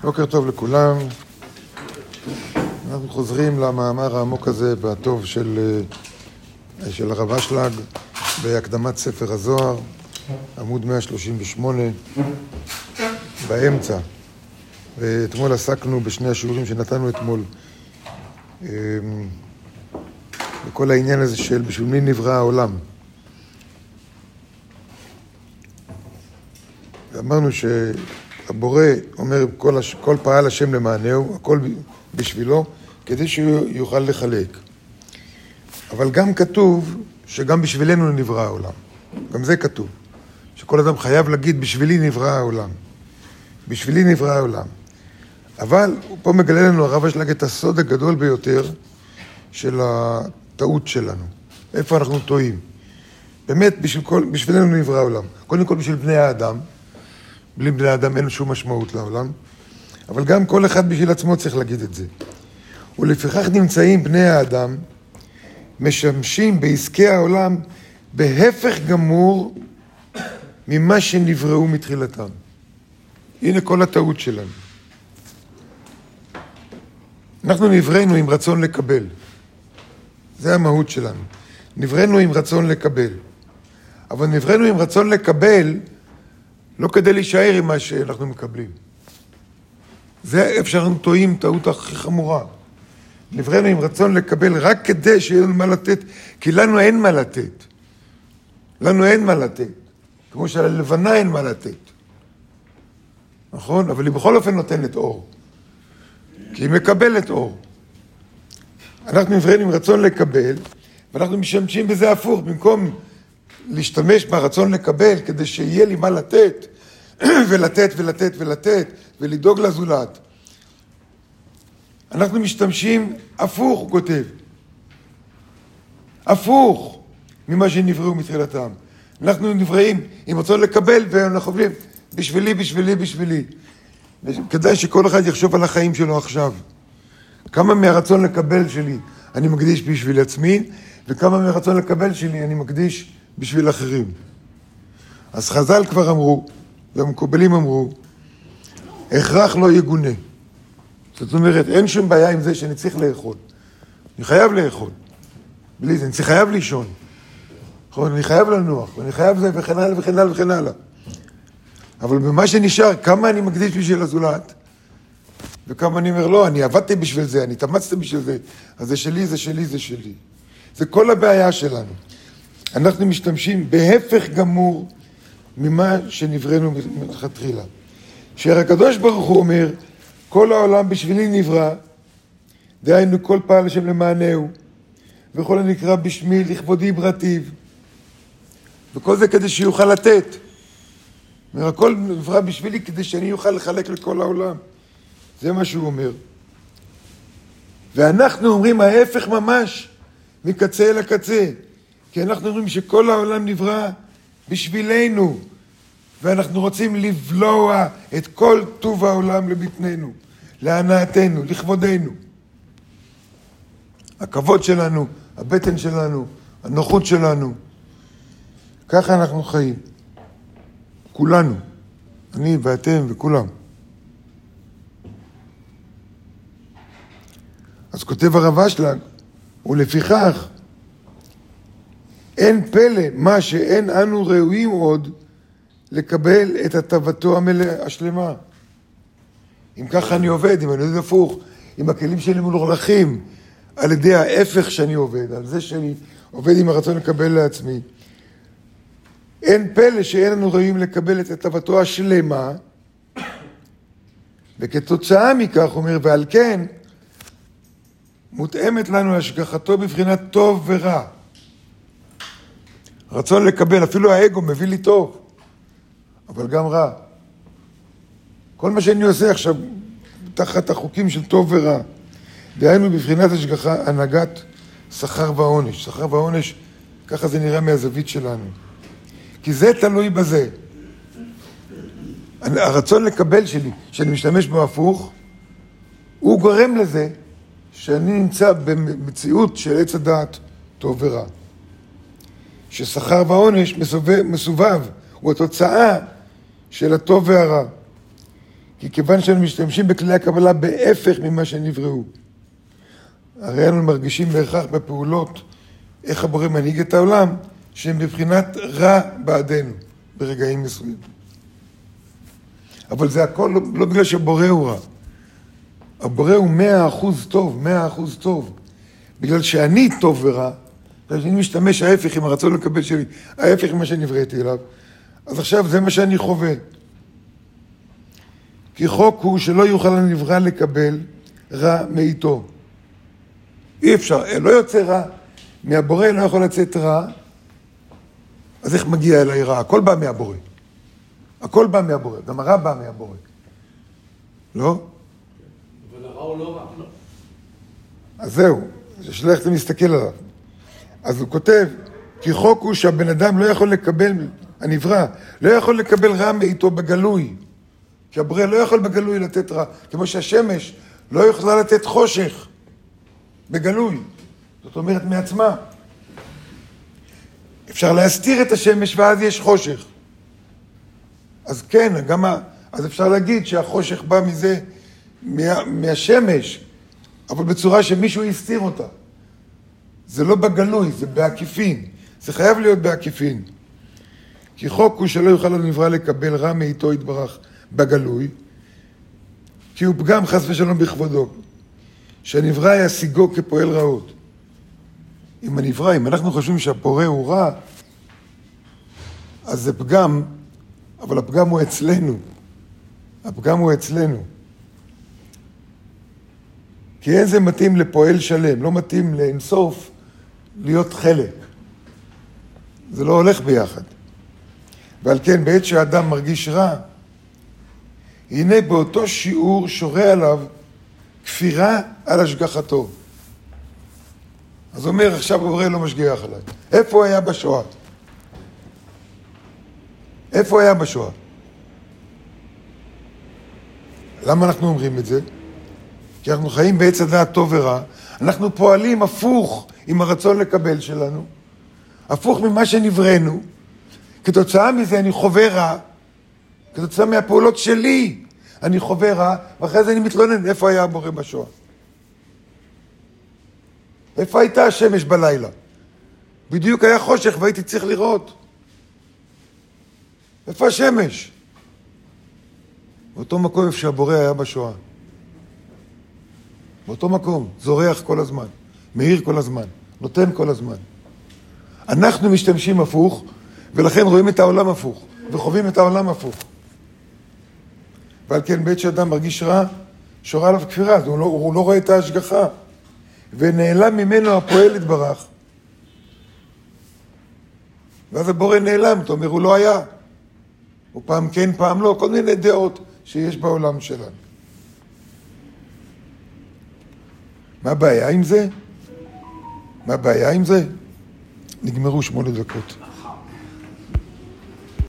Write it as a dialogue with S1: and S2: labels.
S1: בוקר טוב לכולם. אנחנו חוזרים למאמר העמוק הזה והטוב של הרב אשלג בהקדמת ספר הזוהר, עמוד 138, באמצע. ואתמול עסקנו בשני השיעורים שנתנו אתמול, בכל העניין הזה של בשביל מי נברא העולם. ואמרנו שהבורא אומר כל פעל השם למענהו, הכל בשבילו, כדי שהוא יוכל לחלק. אבל גם כתוב שגם בשבילנו נברא העולם. גם זה כתוב. שכל אדם חייב להגיד בשבילי נברא העולם. בשבילי נברא העולם. אבל פה מגלה לנו הרב אשלג את הסוד הגדול ביותר של הטעות שלנו. איפה אנחנו טועים? באמת בשבילנו נברא העולם. קודם כל בשביל בני האדם. בלי בני האדם אין שום משמעות לעולם. אבל גם כל אחד בשביל עצמו צריך להגיד את זה. ולפיכך נמצאים בני האדם, משמשים בעסקי העולם בהפך גמור ממה שנבראו מתחילתם. הנה כל הטעות שלנו. אנחנו נבראנו עם רצון לקבל. זה המהות שלנו. נבראנו עם רצון לקבל. אבל נבראנו עם רצון לקבל לא כדי להישאר עם מה שאנחנו מקבלים. זה אפשר אנחנו טועים טעות הכי חמורה. נבראנו עם רצון לקבל רק כדי שיהיה לנו מה לתת, כי לנו אין מה לתת. לנו אין מה לתת. כמו שללבנה אין מה לתת. נכון? אבל היא בכל אופן נותנת אור. כי היא מקבלת אור. אנחנו נבראנו עם רצון לקבל, ואנחנו משתמשים בזה הפוך. במקום להשתמש ברצון לקבל, כדי שיהיה לי מה לתת, ולתת ולתת ולתת, ולדאוג לזולת. אנחנו משתמשים הפוך, הוא כותב. הפוך ממה שנבראו מתחילתם. אנחנו נבראים עם רצון לקבל, ואנחנו אומרים, בשבילי, בשבילי, בשבילי. כדאי שכל אחד יחשוב על החיים שלו עכשיו. כמה מהרצון לקבל שלי אני מקדיש בשביל עצמי, וכמה מהרצון לקבל שלי אני מקדיש בשביל אחרים. אז חז"ל כבר אמרו, והמקובלים אמרו, הכרח לא יגונה. זאת אומרת, אין שום בעיה עם זה שאני צריך לאכול. אני חייב לאכול. בלי זה, אני חייב לישון. אני חייב לנוח, ואני חייב זה, וכן הלאה וכן הלאה וכן הלאה. אבל במה שנשאר, כמה אני מקדיש בשביל הזולת, וכמה אני אומר, לא, אני עבדתי בשביל זה, אני התאמצתי בשביל זה, אז זה שלי, זה שלי, זה שלי. זה כל הבעיה שלנו. אנחנו משתמשים בהפך גמור ממה שנבראנו מלכתחילה. שהקדוש ברוך הוא אומר, כל העולם בשבילי נברא, דהיינו כל פעל השם למענהו, וכל הנקרא בשמי לכבודי ברטיב. וכל זה כדי שיוכל לתת. הכל נברא בשבילי כדי שאני אוכל לחלק לכל העולם. זה מה שהוא אומר. ואנחנו אומרים ההפך ממש, מקצה אל הקצה. כי אנחנו אומרים שכל העולם נברא בשבילנו, ואנחנו רוצים לבלוע את כל טוב העולם לבטננו, להנאתנו, לכבודנו. הכבוד שלנו, הבטן שלנו, הנוחות שלנו. ככה אנחנו חיים. כולנו. אני ואתם וכולם. אז כותב הרב אשלג, ולפיכך, אין פלא מה שאין אנו ראויים עוד לקבל את הטבתו השלמה. אם ככה אני עובד, אם אני עובד הפוך, אם הכלים שלי מולרלכים על ידי ההפך שאני עובד, על זה שאני עובד עם הרצון לקבל לעצמי, אין פלא שאין אנו ראויים לקבל את הטבתו השלמה, וכתוצאה מכך, אומר, ועל כן, מותאמת לנו השגחתו בבחינת טוב ורע. רצון לקבל, אפילו האגו מביא לי טוב, אבל גם רע. כל מה שאני עושה עכשיו, תחת החוקים של טוב ורע, דהיינו בבחינת השגחה, הנהגת שכר ועונש. שכר ועונש, ככה זה נראה מהזווית שלנו. כי זה תלוי בזה. הרצון לקבל שלי, שאני משתמש בו הפוך, הוא גורם לזה שאני נמצא במציאות של עץ הדעת טוב ורע. ששכר ועונש מסובב, הוא התוצאה של הטוב והרע. כי כיוון שאנו משתמשים בכלי הקבלה בהפך ממה שנבראו. הרי אנו מרגישים בהכרח בפעולות איך הבורא מנהיג את העולם, שהם בבחינת רע בעדנו, ברגעים מסוימים. אבל זה הכל לא בגלל שהבורא הוא רע. הבורא הוא 100% טוב, 100% טוב. בגלל שאני טוב ורע, שאני משתמש ההפך עם הרצון לקבל שלי, ההפך עם מה שנבראתי אליו, אז עכשיו זה מה שאני חווה. כי חוק הוא שלא יוכל הנברא לקבל רע מאיתו. אי אפשר, לא יוצא רע, מהבורא לא יכול לצאת רע, אז איך מגיע אליי רע? הכל בא מהבורא. הכל בא מהבורא, גם הרע בא מהבורא. לא?
S2: אבל הרע הוא לא רע.
S1: אז זהו, שלך אתה מסתכל עליו. אז הוא כותב, כי חוק הוא שהבן אדם לא יכול לקבל, הנברא, לא יכול לקבל רע מאיתו בגלוי. כי הבורא לא יכול בגלוי לתת רע, כמו שהשמש לא יכולה לתת חושך בגלוי. זאת אומרת מעצמה. אפשר להסתיר את השמש ואז יש חושך. אז כן, אז אפשר להגיד שהחושך בא מזה, מהשמש, אבל בצורה שמישהו יסתיר אותה. זה לא בגלוי, זה בעקיפין. זה חייב להיות בעקיפין. כי חוק הוא שלא יוכל הנברא לקבל רע מאיתו יתברך בגלוי, כי הוא פגם חס ושלום בכבודו, שהנברא ישיגו כפועל רעות. אם אנחנו חושבים שהפורא הוא רע, אז זה פגם, אבל הפגם הוא אצלנו. הפגם הוא אצלנו. כי אין זה מתאים לפועל שלם, לא מתאים לאינסוף להיות חלק. זה לא הולך ביחד. ועל כן, בעת שהאדם מרגיש רע, הנה באותו שיעור שורה עליו כפירה על השגחתו. אז אומר, עכשיו הבורא לא משגיח עליי. איפה הוא היה בשואה? איפה היה בשואה? למה אנחנו אומרים את זה? כי אנחנו חיים בעץ הדעת טוב ורע, אנחנו פועלים הפוך עם הרצון לקבל שלנו, הפוך ממה שנבראנו, כתוצאה מזה אני חווה רע, כתוצאה מהפעולות שלי אני חווה רע, ואחרי זה אני מתלונן, איפה היה הבורא בשואה? איפה הייתה השמש בלילה? בדיוק היה חושך והייתי צריך לראות. איפה השמש? באותו מקום איפה שהבורא היה בשואה. באותו מקום, זורח כל הזמן, מאיר כל הזמן, נותן כל הזמן. אנחנו משתמשים הפוך, ולכן רואים את העולם הפוך, וחווים את העולם הפוך. ועל כן בעת שאדם מרגיש רע, שורה עליו כפירה, הוא לא רואה את ההשגחה, ונעלם ממנו הפועל יתברך. ואז הבורא נעלם, אתה אומר, הוא לא היה. הוא פעם כן, פעם לא, כל מיני דעות שיש בעולם שלנו. מה הבעיה עם זה? נגמרו 8 דקות.